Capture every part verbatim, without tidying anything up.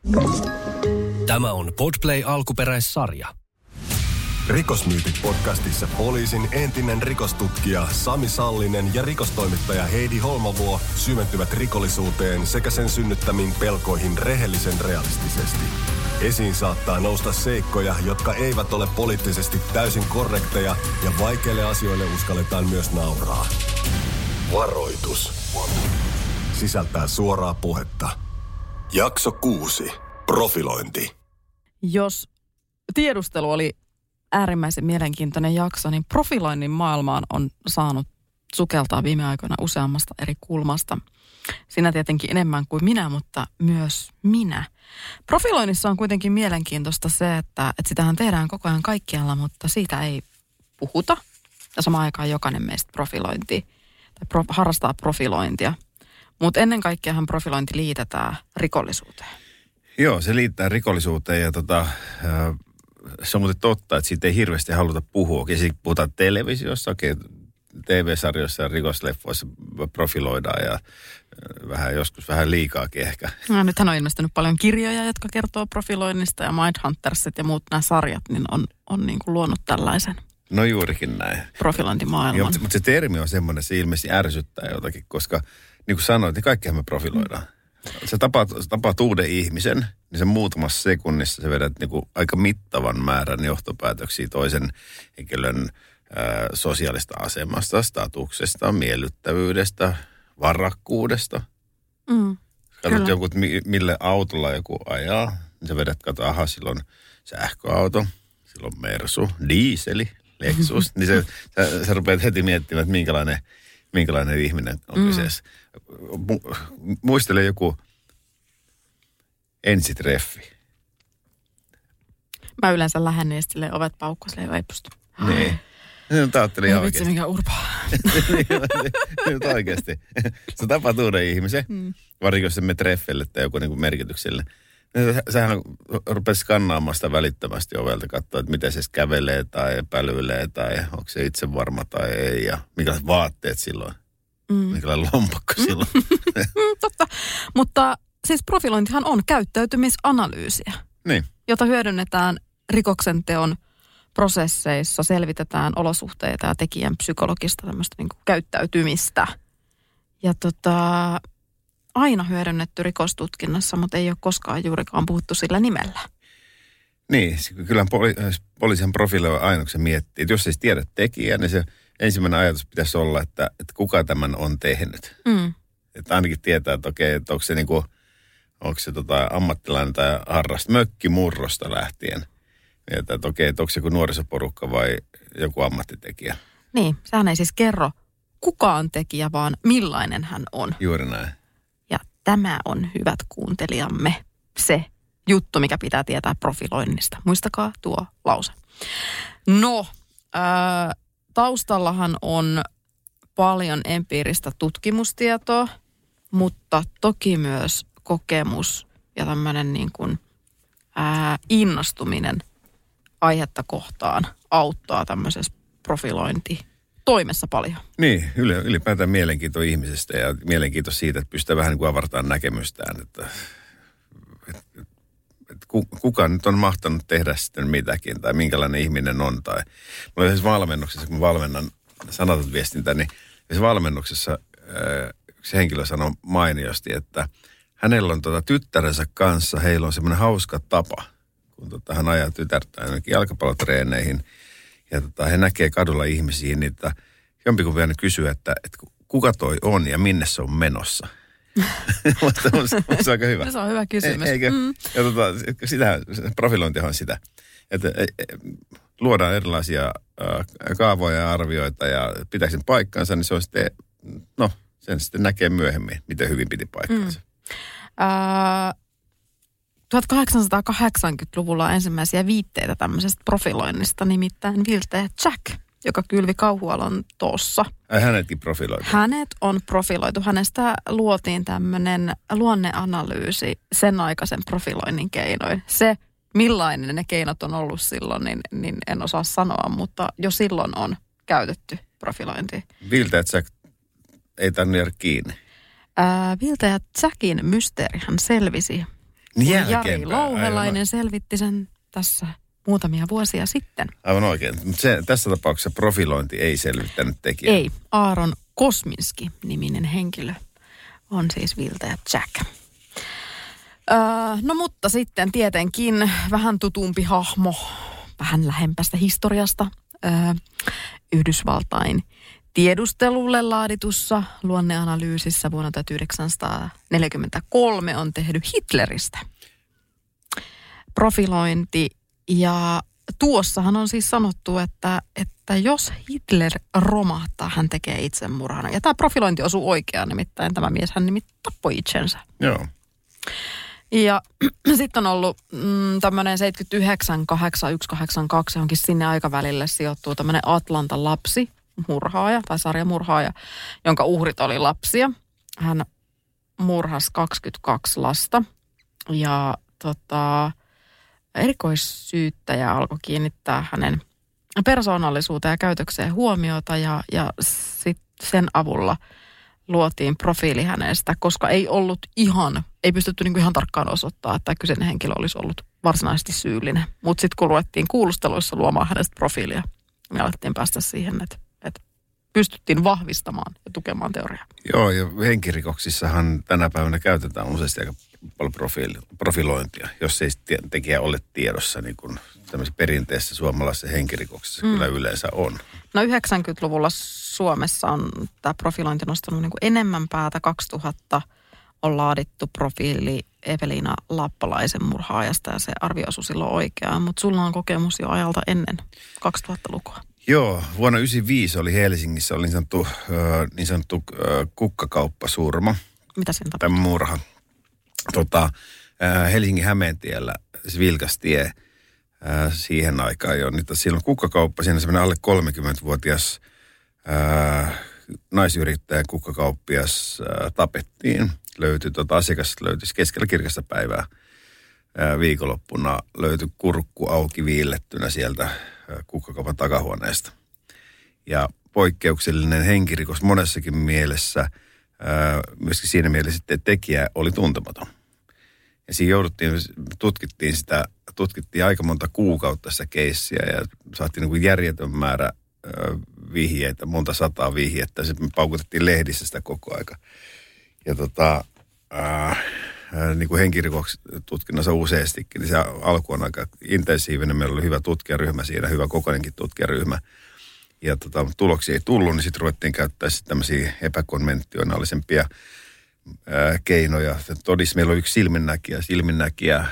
Tämä on Podplay alkuperäissarja. Rikosmyytit podcastissa poliisin entinen rikostutkija Sami Sallinen ja rikostoimittaja Heidi Holmavuo syventyvät rikollisuuteen sekä sen synnyttämiin pelkoihin rehellisen realistisesti. Esiin saattaa nousta seikkoja, jotka eivät ole poliittisesti täysin korrekteja ja vaikeille asioille uskalletaan myös nauraa. Varoitus. Sisältää suoraa puhetta. Jakso kuusi. Profilointi. Jos tiedustelu oli äärimmäisen mielenkiintoinen jakso, niin profiloinnin maailmaan on saanut sukeltaa viime aikoina useammasta eri kulmasta. Sinä tietenkin enemmän kuin minä, mutta myös minä. Profiloinnissa on kuitenkin mielenkiintoista se, että, että sitähän tehdään koko ajan kaikkialla, mutta siitä ei puhuta. Ja samaan aikaan jokainen meistä profilointi, tai pro, harrastaa profilointia. Mutta ennen kaikkeahan profilointi liitetään rikollisuuteen. Joo, se liittää rikollisuuteen ja tota, se on muuten totta, että siitä ei hirveästi haluta puhua. Ja siitä puhutaan televisiossa, okei, T V-sarjoissa ja rikosleffoissa profiloidaan ja vähän joskus vähän liikaakin ehkä. No, nythän on ilmestynyt paljon kirjoja, jotka kertoo profiloinnista ja Mindhuntersit ja muut nämä sarjat, niin on, on niin kuin luonut tällaisen. No juurikin näin. Profilointimaailman. Joo, mutta se termi on semmoinen, se ilmeisesti ärsyttää jotakin, koska niin kuin sanoit, niin kaikkihan me profiloidaan. Mm. Se tapaat, tapaat uuden ihmisen, niin sen muutamassa sekunnissa se vedät niin kuin aika mittavan määrän johtopäätöksiä toisen henkilön ää, sosiaalista asemasta, statuksesta, miellyttävyydestä, varakkuudesta. Mm, Katsot jonkun, mille autolla joku ajaa, niin sä vedät, kato, aha, silloin sähköauto, silloin Mersu, diiseli, Lexus, niin se, sä, sä rupeat heti miettimään, että minkälainen, minkälainen ihminen on mm. kyseessä. Muistele joku ensitreffi. Mä yleensä lähden niistä silleen ovet paukku, silleen ei pysty. Niin. Nyt ajattelin ihan oikeasti. Vitsi, mikä urpaa. Nyt oikeasti. Sä tapaat uuden ihmisen, mm. varsinkin se me treffelle tai joku niin kuin merkitykselle. Sähän rupesi skannaamaan sitä välittömästi ovelta, katsoa, että miten se kävelee tai pälyilee tai onko se itse varma tai ei ja minkälaiset vaatteet silloin. Mm. Minkälainen lompakko silloin. Totta, mutta siis profilointihan on käyttäytymisanalyysiä, niin. jota hyödynnetään rikoksenteon prosesseissa, selvitetään olosuhteita ja tekijän psykologista tämmöistä niin kuin käyttäytymistä. Ja tota, aina hyödynnetty rikostutkinnassa, mutta ei ole koskaan juurikaan puhuttu sillä nimellä. Niin, kyllä poli- poliisin profiililla aina, kun se miettii, että jos ei tiedä tekijää, niin se ensimmäinen ajatus pitäisi olla, että, että kuka tämän on tehnyt. Mm. Että ainakin tietää, että okei, että onko se, niin kuin, onko se tota ammattilainen tai harrasta mökkimurrosta lähtien. Että, että okei, että onko se joku nuorisoporukka vai joku ammattitekijä. Niin, sehän ei siis kerro kuka on tekijä, vaan millainen hän on. Juuri näin. Ja tämä on, hyvät kuuntelijamme, se juttu, mikä pitää tietää profiloinnista. Muistakaa tuo lause. No, ää, taustallahan on paljon empiiristä tutkimustietoa, mutta toki myös kokemus ja tämmöinen niin kuin ää, innostuminen aihetta kohtaan auttaa tämmöisessä profilointitoimessa paljon. Niin, ylipäätään mielenkiinto ihmisestä ja mielenkiinto siitä, että pystyy vähän niin kuin avartamaan näkemystään, että, että, että kuka nyt on mahtanut tehdä sitten mitäkin tai minkälainen ihminen on. Tai mulla oli valmennuksessa, kun mä valmennan sanatut viestintää, niin valmennuksessa yksi henkilö sanoi mainiosti, että hänellä on tuota tyttärensä kanssa, heillä on semmoinen hauska tapa, kun tota, hän ajaa tytärtä ainakin jalkapallotreeneihin ja tota, he näkee kadulla ihmisiä, niin että jompikumpi vielä kysyy, että, että kuka toi on ja minne se on menossa. Se on aika hyvä. Se on hyvä kysymys. E, eikö? Mm. Ja tota, sitä, profilointihan on sitä, että e, e, luodaan erilaisia äh, kaavoja ja arvioita ja pitääkö sen paikkansa, niin se on sitten, no sen sitten näkee myöhemmin, miten hyvin piti paikkansa. Mm. Uh, tuhatkahdeksansataakahdeksankymmentäluvulla on ensimmäisiä viitteitä tämmöisestä profiloinnista, nimittäin Vilteä Jack, joka kylvi Kauhualon tuossa. Ai hänetkin profiloitu? Hänet on profiloitu. Hänestä luotiin tämmöinen luonneanalyysi sen aikaisen profiloinnin keinoin. Se, millainen ne keinot on ollut silloin, niin, niin en osaa sanoa, mutta jo silloin on käytetty profilointia. Vilteä Jack ei tainnut jäädä kiinni. Ää, Vilteä Jackin mysteerihän selvisi Jälkeenpäin. Jari Louhelainen selvitti sen tässä muutamia vuosia sitten. Aivan oikein. Mutta se, tässä tapauksessa profilointi ei selvittänyt tekijää. Ei. Aaron Kosminski-niminen henkilö on siis Viltä Jack. Öö, no mutta sitten tietenkin vähän tutumpi hahmo, vähän lähempästä historiasta. Öö, Yhdysvaltain tiedustelulle laaditussa luonneanalyysissä vuonna tuhatyhdeksänsataaneljäkymmentäkolme on tehty Hitleristä profilointi. Ja tuossahan on siis sanottu, että, että jos Hitler romahtaa, hän tekee itsemurhan. Ja tämä profilointi osuu oikeaan, nimittäin tämä mies hän nimittäin tappoi itsensä. Joo. Ja sitten on ollut mm, tämmöinen seitsemänkymmentäyhdeksän kahdeksankymmentäyksi kahdeksankymmentäkaksi, johonkin sinne aikavälille sijoittuu tämmöinen Atlanta lapsi, murhaaja tai sarjamurhaaja, jonka uhrit oli lapsia. Hän murhasi kaksikymmentäkaksi lasta ja tota, erikoissyyttäjä alkoi kiinnittää hänen persoonallisuuteen ja käytökseen huomiota ja, ja sit sen avulla luotiin profiili hänestä, koska ei ollut ihan, ei pystytty niinku ihan tarkkaan osoittaa, että kyseinen henkilö olisi ollut varsinaisesti syyllinen. Mutta sitten kun ruvettiin kuulusteluissa luomaan hänestä profiilia, niin alettiin päästä siihen, että, että pystyttiin vahvistamaan ja tukemaan teoriaa. Joo, ja henkirikoksissahan tänä päivänä käytetään useasti aika paljon profiili, profilointia, jos ei tekijä ole tiedossa, niin kuin tämmöisessä perinteisessä suomalaisessa henkirikoksessa mm. kyllä yleensä on. No yhdeksänkymmentäluvulla Suomessa on tämä profilointi nostanut niin kuin enemmän päätä. kaksituhatta on laadittu profiili Evelina Lappalaisen murhaajasta ja se arvio osui silloin oikeaan, mutta sulla on kokemus jo ajalta ennen kaksituhattalukua. Joo, vuonna yhdeksänkymmentäviisi oli Helsingissä oli niin sanottu, niin sanottu kukkakauppasurma. Mitä sen tapahtui? Tämä murha. Tota, Helsingin Hämeentiellä, siis Vilkastie, siihen aikaan jo. Nyt silloin kukkakauppa, siinä semmoinen alle kolmekymmentävuotias ää, naisyrittäjä kukkakauppias ää, tapettiin. Löytyi, tota, asiakas löytyi keskellä kirkasta päivää ää, viikonloppuna. Löytyi kurkku auki viillettynä sieltä ää, kukkakaupan takahuoneesta. Ja poikkeuksellinen henkirikos monessakin mielessä, ää, myöskin siinä mielessä, että tekijä oli tuntematon. Ja siinä jouduttiin, tutkittiin sitä, tutkittiin aika monta kuukautta sitä keissiä ja saatiin niin kuin järjetön määrä ö, vihjeitä, monta sataa vihjettä. Sitten me paukutettiin lehdissä sitä koko aika. Ja tota, äh, niin kuin henkirikostutkinnassa useastikin, niin se alku on aika intensiivinen. Meillä oli hyvä tutkijaryhmä siinä, hyvä kokoinenkin tutkijaryhmä. Ja tota, tuloksia ei tullut, niin sitten ruvettiin käyttää sitten tämmöisiä epäkonventionaalisempia keinoja. Todis, meillä on yksi silminnäkijä. Silminnäkijä ää,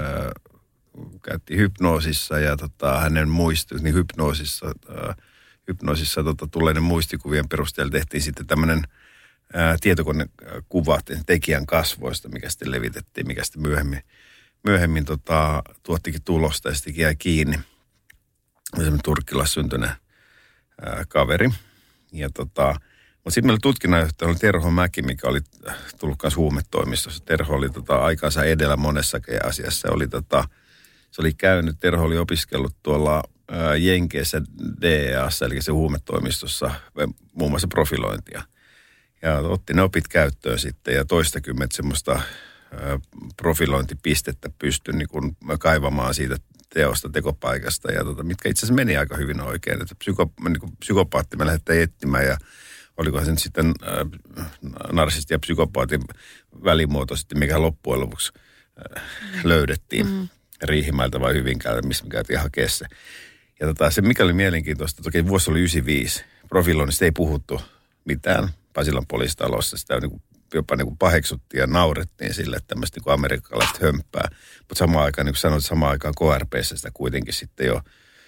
käytti hypnoosissa ja tota, hänen muistu, niin hypnoosissa, ää, hypnoosissa tota, tulleiden muistikuvien perusteella tehtiin sitten tämmöinen tietokonekuva tekijän kasvoista, mikä sitten levitettiin, mikä sitten myöhemmin, myöhemmin tota, tuottikin tulosta ja sitten jäi kiinni. Semmoinen turkkilaissyntyinen ää, kaveri. Ja tota, mutta sitten meillä tutkinnanjohtaja oli Terho Mäki, mikä oli tullut kanssa huumetoimistossa. Terho oli tota, aikaansa edellä monessakin asiassa. Oli, tota, se oli käynyt, Terho oli opiskellut tuolla ää, Jenkeissä D E A:ssa, eli se huumetoimistossa, muun muassa profilointia. Ja otti ne opit käyttöön sitten ja toistakymmentä semmoista ää, profilointipistettä pystyi niin kun kaivamaan siitä teosta, tekopaikasta. Ja tota, mitkä itse asiassa meni aika hyvin oikein. Että psyko, niin kuin psykopaatti me lähdettiin etsimään ja olikohan se nyt sitten äh, narsisti ja psykopaatin välimuoto sitten, mikä loppujen lopuksi äh, löydettiin mm. Riihimäeltä vai Hyvinkäältä, missä me käytiin hakea se. Ja tota, se mikä oli mielenkiintoista, toki vuosi oli yhdeksänkymmentäviisi, profiloinnista ei puhuttu mitään Pasilan poliisitalossa, sitä niin kuin, jopa niin kuin paheksuttiin ja naurettiin sille, että tämmöistä niin kuin amerikkalaiset hömppää. Mutta samaan aikaan, niin kuin sanoit, samaan aikaan K R P:ssä sitä kuitenkin sitten jo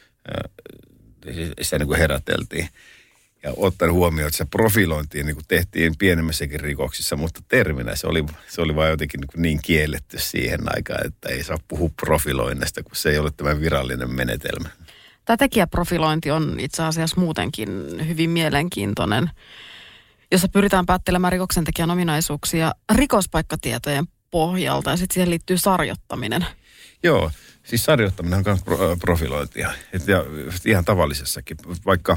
äh, sitä niin kuin heräteltiin. Ja ottaen huomioon, että se profilointiin niin kuin tehtiin pienemmässäkin rikoksissa, mutta terminä se oli, se oli vain jotenkin niin, niin kielletty siihen aikaan, että ei saa puhua profiloinnista, kun se ei ole tämä virallinen menetelmä. Tämä tekijäprofilointi on itse asiassa muutenkin hyvin mielenkiintoinen, jossa pyritään päättelemään rikoksentekijän ominaisuuksia rikospaikkatietojen pohjalta ja sitten siihen liittyy sarjottaminen. Joo, siis sarjottaminen on myös profilointia. Et ja ihan tavallisessakin, vaikka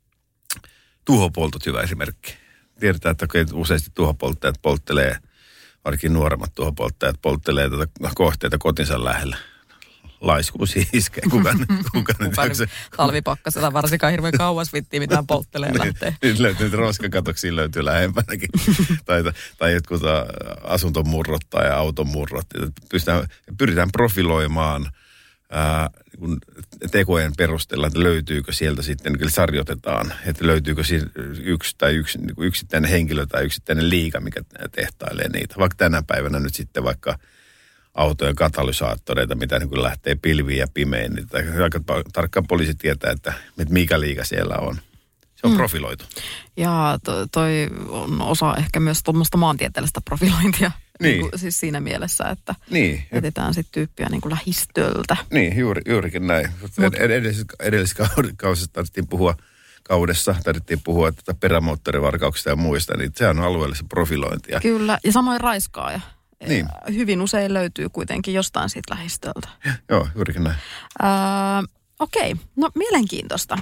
tuhopoltot hyvä esimerkki. Tiedetään, että useasti tuhopolttajat polttelee varsinkin nuoremmat tuohopolttajat polttelee tätä kohteita kotinsa lähellä. Laiskuus iskee. Kuka, kuka nyt jaksaa? Talvipakkasella varsinkaan hirveän kauas vittiin mitään polttelee lähtee. Nyt löytyy roskakatoksia löytyy lähempänäkin. tai, tai jotkut asuntomurrot tai automurrot. Pystytään, pyritään profiloimaan ää, tekojen perusteella, että löytyykö sieltä sitten, kyllä sarjoitetaan, että löytyykö yksi tai yksi, yksittäinen henkilö tai yksittäinen liiga, mikä tehtailee niitä. Vaikka tänä päivänä nyt sitten vaikka autojen katalysaattoreita, mitä niin kuin lähtee pilviin ja pimein, niin aika tarkkaan poliisi tietää, että mikä liiga siellä on. Se on mm. profiloitu. Ja to, toi on osa ehkä myös tuommoista maantieteellistä profilointia. Niin. Niin kuin, siis siinä mielessä, että niin. etsitään sitten tyyppiä niin kuin lähistöltä. Niin, juuri, juurikin näin. Mut, edellisessä, edellisessä kaudessa tarvittiin puhua, kaudessa tarvittiin puhua tätä perämoottorivarkauksista ja muista, niin sehän on alueellista profilointia. Kyllä, ja samoin raiskaaja. Niin. Hyvin usein löytyy kuitenkin jostain siitä lähistöltä. Joo, juurikin näin. Öö, Okei, okay. No mielenkiintoista.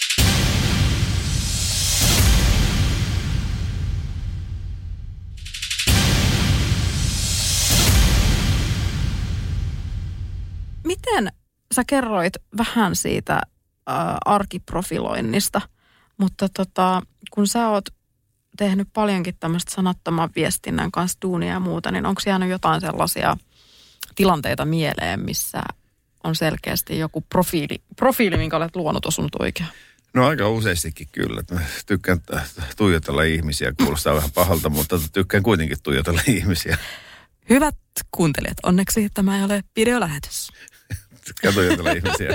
Miten sä kerroit vähän siitä äh, arkiprofiloinnista, mutta tota, kun sä oot tehnyt paljonkin tämmöistä sanattoman viestinnän kanssa duunia ja muuta, niin onko jäänyt jotain sellaisia tilanteita mieleen, missä on selkeästi joku profiili, profiili minkä olet luonut, osunut oikein? No aika useastikin kyllä. Mä tykkään tuijotella ihmisiä, kuulostaa vähän pahalta, mutta tykkään kuitenkin tuijotella ihmisiä. Hyvät kuuntelijat, onneksi tämä ei ole videolähetys. Tykkään tuijotella ihmisiä.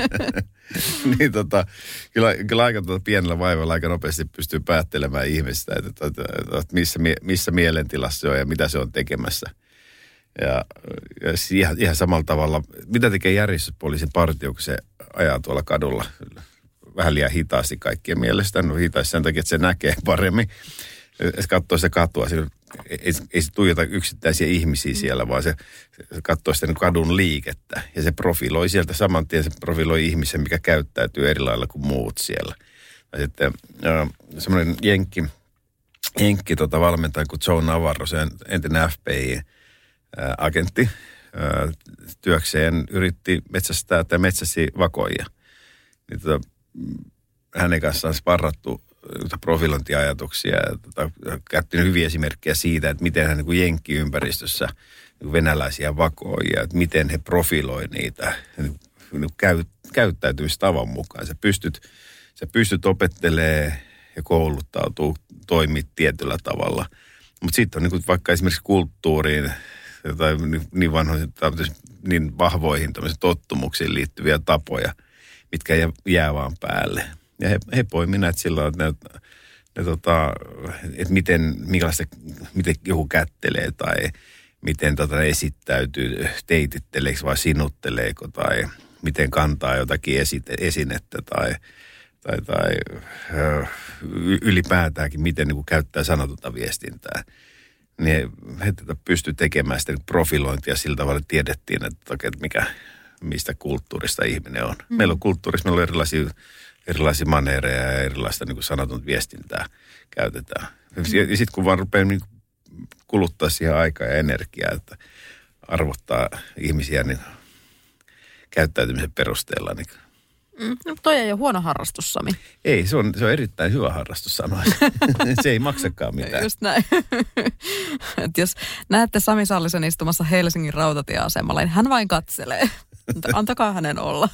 niin tota, kyllä, kyllä aika tuota pienellä vaivalla aika nopeasti pystyy päättelemään ihmistä, että, että, että, että missä, missä mielentilassa se on ja mitä se on tekemässä. Ja, ja ihan, ihan samalla tavalla, mitä tekee järjestyspoliisin partio, kun se ajaa tuolla kadulla vähän liian hitaasti kaikkien mielestä. No hitaasti sen takia, että se näkee paremmin. Se katsoo sitä katua, se, ei, ei se tuijota yksittäisiä ihmisiä siellä, vaan se, se katsoo sitä kadun liikettä. Ja se profiloi sieltä saman tien, se profiloi ihmisen, mikä käyttäytyy eri lailla kuin muut siellä. Ja sitten äh, semmoinen jenkki, jenkki tota, valmentaja kuin Joe Navarro, se entinen F B I-agentti, äh, työkseen yritti metsästää tai metsäsi vakoja. Niin, tota, hänen kanssaan sparrattu profilointiajatuksia ja tota, käytti hyviä esimerkkejä siitä, että miten hän niin kuin jenkkiympäristössä niin venäläisiä vakoja, että miten he profiloi niitä niin, niin käy, käyttäytymistavan mukaan. Sä pystyt, sä pystyt opettelemaan ja kouluttautuu, toimii tietyllä tavalla. Mutta sitten on niin kuin vaikka esimerkiksi kulttuuriin tai niin vanhoihin, niin vahvoihin tottumuksiin liittyviä tapoja, mitkä jää, jää vaan päälle. Ja he, he poimivat näitä silloin, että, ne, ne, tota, että miten, minkälaista, miten joku kättelee tai miten tota, esittäytyy, teititteleekö vai sinutteleeko tai miten kantaa jotakin esite, esinettä tai, tai, tai ylipäätäänkin miten niin kuin käyttää sanotonta viestintää. Niin he pystyivät tekemään sitä profilointia sillä tavalla, että tiedettiin, että, että mikä, mistä kulttuurista ihminen on. Mm. Meillä on kulttuurissa, meillä on erilaisia erilaisia maneereja ja erilaista niin kuin sanotonta viestintää käytetään. Mm. Ja sitten kun vaan rupeaa niin kuluttaa siihen aikaa ja energiaa, että arvottaa ihmisiä niin käyttäytymisen perusteella. Niin. Mm, no, toi ei ole huono harrastus, Sami. Ei, se on, se on erittäin hyvä harrastus, sanoisin. Se ei maksakaan mitään. Just näin. Et jos näette Sami Sallisen istumassa Helsingin rautatieasemalla, niin hän vain katselee. Antakaa hänen olla.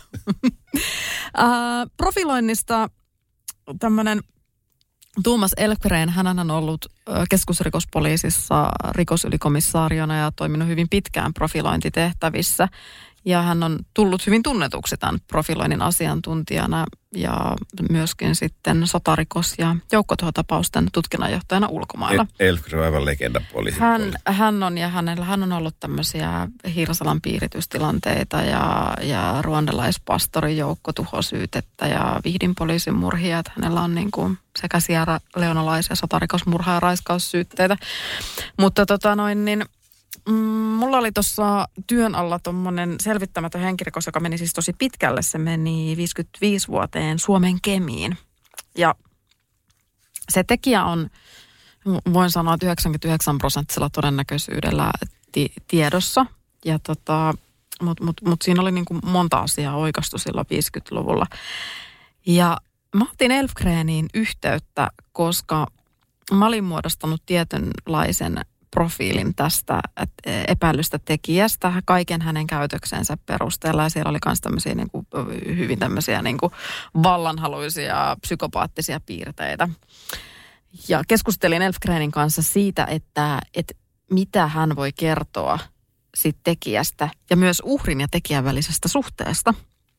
uh, profiloinnista tämmöinen Tuomas Elfgren, hän on ollut keskusrikospoliisissa rikosylikomissariona ja toiminut hyvin pitkään profilointitehtävissä. Ja hän on tullut hyvin tunnetuksi tämän profiloinnin asiantuntijana ja myöskin sitten sotarikos- ja joukkotuhotapausten tutkinnanjohtajana ulkomailla. Elfgren on aivan legenda poliisi. Hän, hän on ja hänellä, hän on ollut tämmöisiä Hiirsalan piiritystilanteita ja, ja ruandalaispastori joukkotuhosyytettä ja Vihdin poliisin murhia. Että hänellä on niin kuin sekä Sierra Leonalaisia sotarikosmurha- ja raiskaussyytteitä. Mutta tota noin niin... Mm, mulla oli tuossa työn alla tommonen selvittämätön henkirikos, joka meni siis tosi pitkälle. Se meni viisikymmentäviisi vuoteen Suomen Kemiin. Ja se tekijä on Voin sanoa, että yhdeksänkymmentäyhdeksän prosenttisella todennäköisyydellä ti- tiedossa. Ja tota, mutta mut, mut siinä oli niin kuin monta asiaa oikaistu silloin viisikymmentäluvulla. Ja mä otin Elfgreniin yhteyttä, koska mä olin muodostanut tietynlaisen profiilin tästä epäilystä tekijästä kaiken hänen käytöksensä perusteella. Ja siellä oli myös tämmöisiä niin kuin, hyvin tämmöisiä niin kuin vallanhaluisia psykopaattisia piirteitä. Ja keskustelin Elfgrenin kanssa siitä, että, että mitä hän voi kertoa siitä tekijästä ja myös uhrin ja tekijän välisestä suhteesta.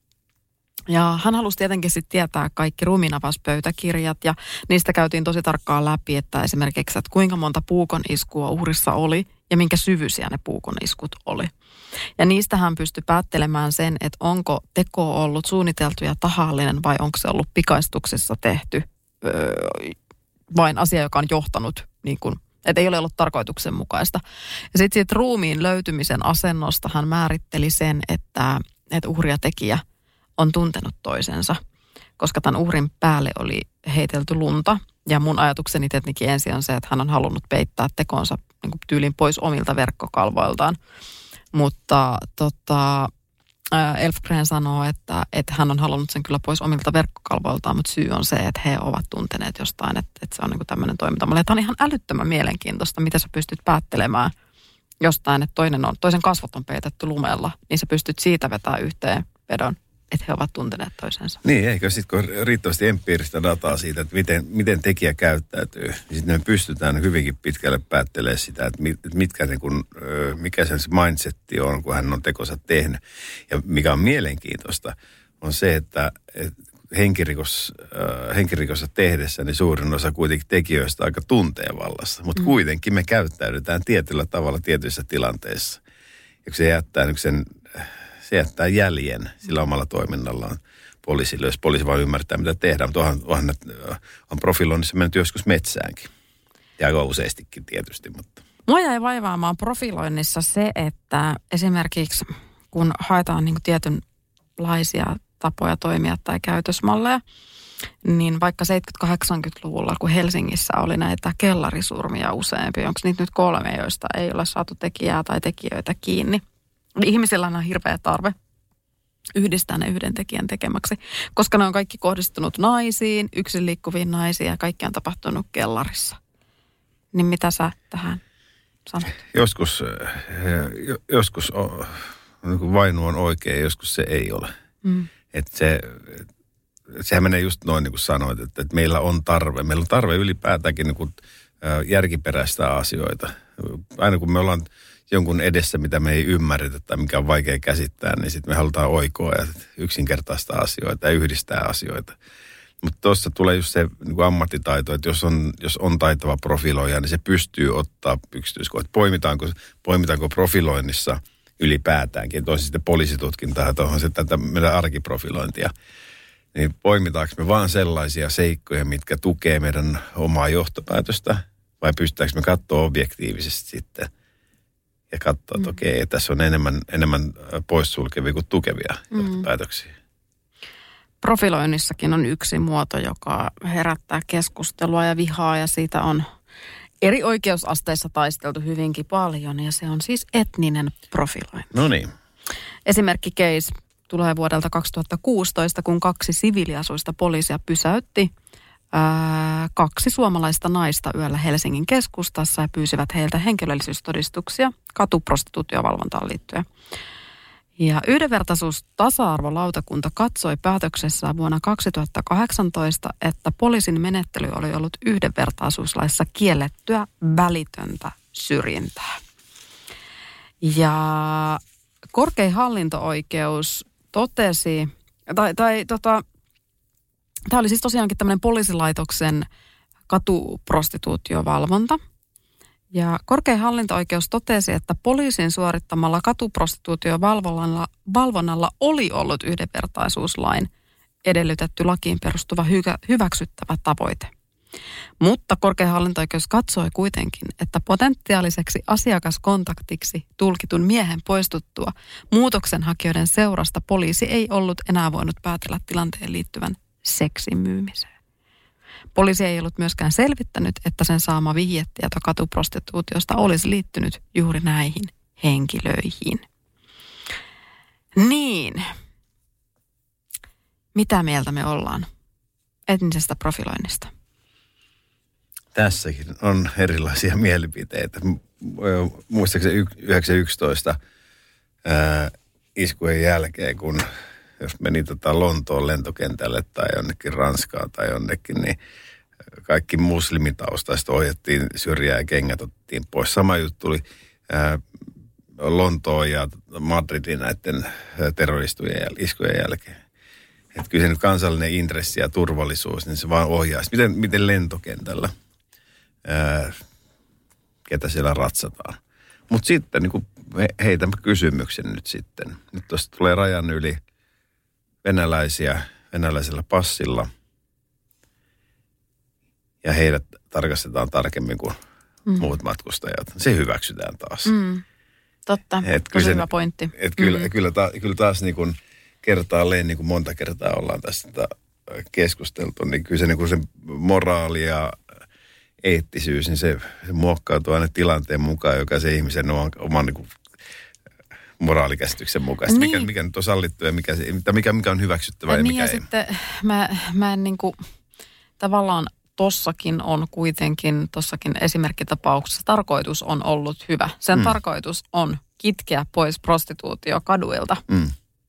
Ja hän halusi tietenkin sitten tietää kaikki ruumiinavauspöytäkirjat ja niistä käytiin tosi tarkkaan läpi, että esimerkiksi, että kuinka monta puukon iskua uhrissa oli ja minkä syvyisiä ne puukon iskut oli. Ja niistä hän pystyi päättelemään sen, että onko teko ollut suunniteltu ja tahallinen vai onko se ollut pikaistuksissa tehty öö, vain asia, joka on johtanut, niin kuin, että ei ole ollut tarkoituksenmukaista. Ja sitten siitä ruumiin löytymisen asennosta hän määritteli sen, että, että uhri ja tekijä on tuntenut toisensa, koska tämän uhrin päälle oli heitelty lunta. Ja mun ajatukseni tietenkin ensin on se, että hän on halunnut peittää tekonsa niin kuin tyylin pois omilta verkkokalvoiltaan. Mutta tota, Elfgren sanoo, että, että hän on halunnut sen kyllä pois omilta verkkokalvoiltaan, mutta syy on se, että he ovat tunteneet jostain, että, että se on niin kuin tämmöinen toiminta. Tämä on ihan älyttömän mielenkiintoista, mitä sä pystyt päättelemään jostain, että toinen on, toisen kasvot on peitetty lumella, niin sä pystyt siitä vetämään yhteen vedon, että he ovat tunteneet toisensa. Niin, eikö sitten kun on riittävästi empiiristä dataa siitä, että miten, miten tekijä käyttäytyy, niin sitten me pystytään hyvinkin pitkälle päättelemään sitä, että mitkä niin kun, mikä sen mindsetti on, kun hän on tekonsa tehnyt. Ja mikä on mielenkiintoista, on se, että henkirikos, henkirikossa tehdessä niin suurin osa kuitenkin tekijöistä aika tunteen vallassa, mutta mm. kuitenkin me käyttäydytään tietyllä tavalla tietyissä tilanteissa. Ja kun se jättää nyt sen... Se jättää jäljen sillä omalla toiminnallaan poliisille, jos poliisi vaan ymmärtää, mitä tehdään. Mutta onhan, onhan on profiloinnissa mennyt joskus metsäänkin. Ja aika useastikin tietysti, mutta... Mua jäi vaivaamaan profiloinnissa se, että esimerkiksi kun haetaan niin kuin tietynlaisia tapoja toimia tai käytösmalleja, niin vaikka seitsemänkymmentä-kahdeksankymmentäluvulla, kun Helsingissä oli näitä kellarisurmia useampia, onko niitä nyt kolme, joista ei ole saatu tekijää tai tekijöitä kiinni, ihmisillä on hirveä tarve yhdistää ne yhden tekijän tekemäksi, koska ne on kaikki kohdistunut naisiin, yksin liikkuviin naisiin ja kaikki on tapahtunut kellarissa. Niin mitä sä tähän sanot? Joskus, joskus on, vainu on oikein, joskus se ei ole. Mm. Että se, sehän menee just noin niin kuin sanoit, että, että meillä on tarve. Meillä on tarve ylipäätäänkin niin kuin järkiperäistä asioita. Aina kun me ollaan jonkun edessä, mitä me ei ymmärretä tai mikä on vaikea käsittää, niin sitten me halutaan oikoa ja yksinkertaista asioita ja yhdistää asioita. Mutta tuossa tulee just se niin kuin ammattitaito, että jos on, jos on taitava profiloija, niin se pystyy ottaa yksityiskohdat. Poimitaanko, poimitaanko profiloinnissa ylipäätäänkin, että on sitten poliisitutkintaa, että onhan se tätä meidän arkiprofilointia. Niin poimitaanko me vaan sellaisia seikkoja, mitkä tukee meidän omaa johtopäätöstä, vai pystytäänkö me katsoa objektiivisesti sitten ja katsoa, että mm. okei, tässä on enemmän, enemmän poissulkevia kuin tukevia mm. johtopäätöksiä. Profiloinnissakin on yksi muoto, joka herättää keskustelua ja vihaa, ja siitä on eri oikeusasteissa taisteltu hyvinkin paljon, ja se on siis etninen profilointi. No niin. Esimerkki case tulee vuodelta kaksituhattakuusitoista, kun kaksi siviiliasuista poliisia pysäytti ää, kaksi suomalaista naista yöllä Helsingin keskustassa ja pyysivät heiltä henkilöllisyystodistuksia katuprostituutiovalvontaan liittyen. Ja yhdenvertaisuus-tasa-arvolautakunta katsoi päätöksessään vuonna kaksituhattakahdeksantoista, että poliisin menettely oli ollut yhdenvertaisuuslaissa kiellettyä välitöntä syrjintää. Ja korkein hallinto-oikeus totesi, tai, tai tota, tämä oli siis tosiaankin tämmöinen poliisilaitoksen katuprostituutiovalvonta. Ja korkein hallinto-oikeus totesi, että poliisin suorittamalla katuprostituutiovalvonnalla valvonnalla oli ollut yhdenvertaisuuslain edellytetty lakiin perustuva hyvä, hyväksyttävä tavoite. Mutta korkein hallinto-oikeus katsoi kuitenkin, että potentiaaliseksi asiakaskontaktiksi tulkitun miehen poistuttua muutoksenhakijoiden seurasta poliisi ei ollut enää voinut päätellä tilanteen liittyvän seksin myymiseen. Poliisi ei ollut myöskään selvittänyt, että sen saama vihjetieto katuprostituutiosta olisi liittynyt juuri näihin henkilöihin. Niin. Mitä mieltä me ollaan etnisestä profiloinnista? Tässäkin on erilaisia mielipiteitä. Muistaakseni yhdeksänsataayksitoista ää, iskujen jälkeen, kun jos meni tota Lontoon lentokentälle tai jonnekin Ranskaan tai jonnekin, niin kaikki muslimitaustaiset ohjattiin syrjään ja kengät otettiin pois. Sama juttu tuli ää, Lontoon ja Madridin näiden terroristujen jäl- iskujen jälkeen. Että kyllä se nyt kansallinen intressi ja turvallisuus, niin se vaan ohjaisi. Miten, miten lentokentällä, ää, ketä siellä ratsataan. Mutta sitten niin kuin heitän kysymyksen nyt sitten. Nyt tuosta tulee rajan yli venäläisiä, venäläisellä passilla. Ja heidät tarkastetaan tarkemmin kuin mm. muut matkustajat. Se hyväksytään taas. Mm. Totta, et tosi se, hyvä pointti. Et kyllä, mm. kyllä, ta, kyllä taas niin kuin kertaalleen, niin kuin monta kertaa ollaan tästä keskusteltu, niin kyllä se, niin kuin se moraali ja eettisyys, niin se, se muokkautuu aina tilanteen mukaan, joka se ihmisen oman, oman niin kuin moraalikäsityksen mukaisesti. Niin. Mikä, mikä nyt on sallittu ja mikä, mikä, mikä on hyväksyttävää ja, ja niin mikä ja ei. Sitten mä, mä en niin kuin, tavallaan tossakin on kuitenkin, tossakin esimerkkitapauksessa tarkoitus on ollut hyvä. Sen mm. tarkoitus on kitkeä pois prostituutio kaduilta. Mm.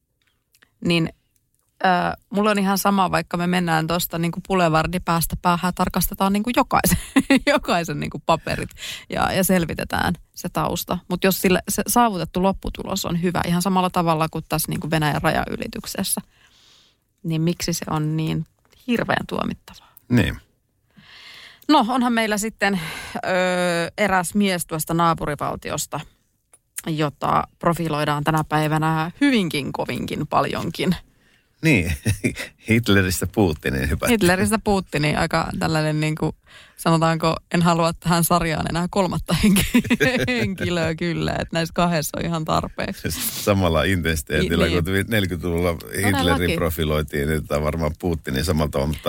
Niin äh, mulla on ihan sama, vaikka me mennään tuosta niin kuin Boulevardin päästä päähän, tarkastetaan niin kuin jokaisen, jokaisen niin kuin paperit ja, ja selvitetään se tausta. Mutta jos sille, se saavutettu lopputulos on hyvä, ihan samalla tavalla kuin tässä niin kuin Venäjän rajaylityksessä, niin miksi se on niin hirveän tuomittavaa? Niin. No, onhan meillä sitten öö, eräs mies tuosta naapurivaltiosta, jota profiloidaan tänä päivänä hyvinkin kovinkin paljonkin. Niin, Hitleristä Putiniin hypättiin. Hitleristä Putiniin, aika tällainen niin kuin, sanotaanko, en halua tähän sarjaan enää kolmatta henkilöä kyllä, että näissä kahdessa on ihan tarpeeksi. Samalla intensiteetillä, niin, kun neljäkymmentäluvulla Hitlerin profiloitiin, niin tämä varmaan Putinin samalla tavalla, mutta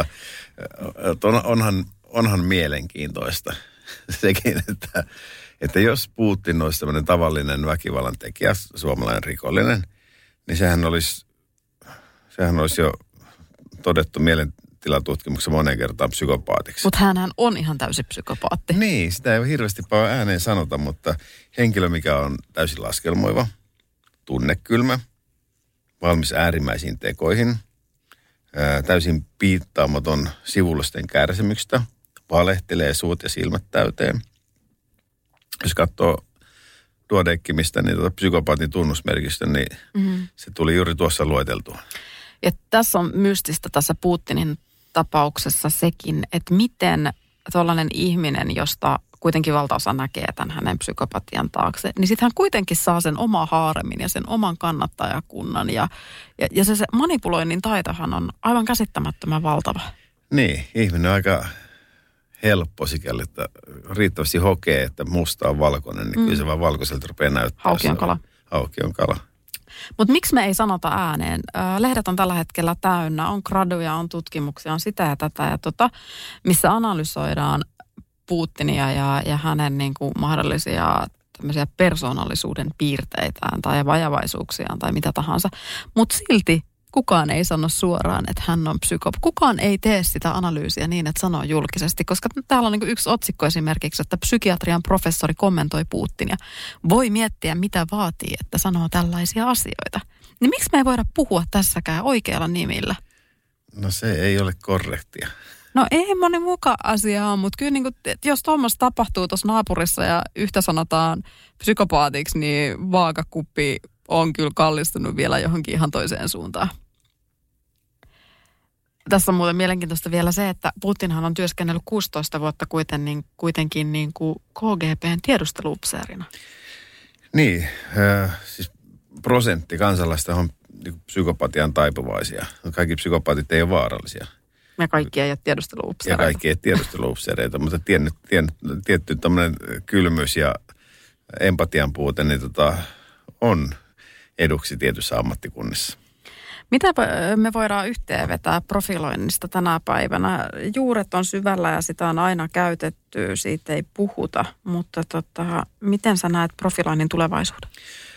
on, onhan, onhan mielenkiintoista sekin, että, että jos Putin olisi tämmöinen tavallinen väkivallan tekijä, suomalainen rikollinen, niin sehän olisi Sehän olisi jo todettu mielentilatutkimuksen monen kertaan psykopaatiksi. Mutta hänhän on ihan täysin psykopaatti. Niin, sitä ei hirveästi paljon ääneen sanota, mutta henkilö, mikä on täysin laskelmoiva, tunnekylmä, valmis äärimmäisiin tekoihin, ää, täysin piittaamaton sivullisten kärsimyksistä, valehtelee suut ja silmät täyteen. Jos katsoo duodekkimistä, niin tuota psykopaatin tunnusmerkistä, niin mm-hmm. se tuli juuri tuossa lueteltua. Ja tässä on mystistä tässä Putinin tapauksessa sekin, että miten tuollainen ihminen, josta kuitenkin valtaosa näkee tämän hänen psykopatian taakse, niin sitten hän kuitenkin saa sen oma haaremin ja sen oman kannattajakunnan. Ja, ja, ja se, se manipuloinnin taitohan on aivan käsittämättömän valtava. Niin, ihminen on aika helppo sikäli, että riittävästi hokee, että musta on valkoinen, niin mm. kyllä se vaan valkoiselta rupeaa näyttää. Hauki on kala. Hauki on kala. Mutta miksi me ei sanota ääneen? Lehdet on tällä hetkellä täynnä, on graduja, on tutkimuksia, on sitä ja tätä ja tota, missä analysoidaan Putinia ja, ja hänen niin kuin mahdollisia tämmöisiä persoonallisuuden piirteitään tai vajavaisuuksiaan tai mitä tahansa. Mutta silti kukaan ei sano suoraan, että hän on psykopaatti. Kukaan ei tee sitä analyysiä niin, että sanoo julkisesti, koska täällä on niin kuin yksi otsikko esimerkiksi, että psykiatrian professori kommentoi Putinia. Voi miettiä, mitä vaatii, että sanoo tällaisia asioita. Niin miksi me ei voida puhua tässäkään oikealla nimillä? No se ei ole korrektia. No ei moni muka asiaa, mutta kyllä niin kuin, jos tuommoista tapahtuu tuossa naapurissa ja yhtä sanotaan psykopaatiksi, niin vaakakuppi on kyllä kallistunut vielä johonkin ihan toiseen suuntaan. Tässä on muuten mielenkiintoista vielä se, että Putinhan on työskennellyt kuusitoista vuotta kuitenkin, kuitenkin niin kuin K G B:n tiedusteluupseerina. Niin, äh, siis prosentti kansalaista on niin psykopatian taipuvaisia. Kaikki psykopaatit ei ole vaarallisia. Ja kaikki ei ole tiedusteluupseereita. Ja kaikki ei ole tiedusteluupseereita, mutta tien, tien, tietty tämmöinen kylmyys ja empatian puute niin tota, on eduksi tietyissä ammattikunnissa. Mitä me voidaan yhteenvetää profiloinnista tänä päivänä? Juuret on syvällä ja sitä on aina käytetty, siitä ei puhuta, mutta tota, miten sä näet profiloinnin tulevaisuuden?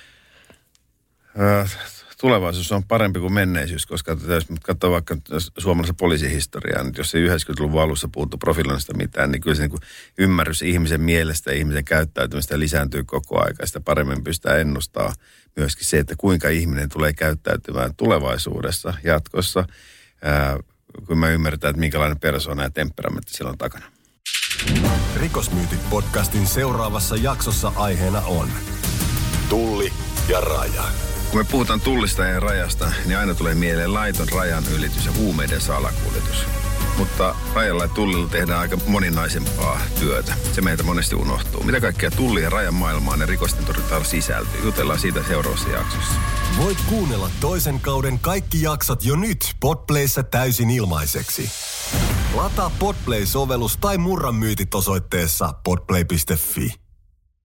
Äh, tulevaisuus on parempi kuin menneisyys, koska jos katsoo vaikka suomalaisen poliisihistoriaa, niin jos ei yhdeksänkymmentäluvun alussa puhuttu profiloinnista mitään, niin kyllä se niin kuin ymmärrys ihmisen mielestä ja ihmisen käyttäytymistä lisääntyy koko ajan. Sitä paremmin pystytään ennustaa myöskin se, että kuinka ihminen tulee käyttäytymään tulevaisuudessa, jatkossa, ää, kun me ymmärretään, että minkälainen persoona ja temperamentti siellä on takana. Rikosmyytit podcastin seuraavassa jaksossa aiheena on Tulli ja raja. Kun me puhutaan tullista ja rajasta, niin aina tulee mieleen laiton rajan ylitys ja huumeiden salakuljetus. Mutta rajalla ja tullilla tehdään aika moninaisempaa työtä. Se meiltä monesti unohtuu. Mitä kaikkea tulli ja rajan maailmaan ja rikosten torjuntaan sisältyy? Jutellaan siitä seuraavassa jaksossa. Voit kuunnella toisen kauden kaikki jaksot jo nyt Podplayssä täysin ilmaiseksi. Lataa Podplay-sovellus tai Murran myytit osoitteessa podplay piste fi.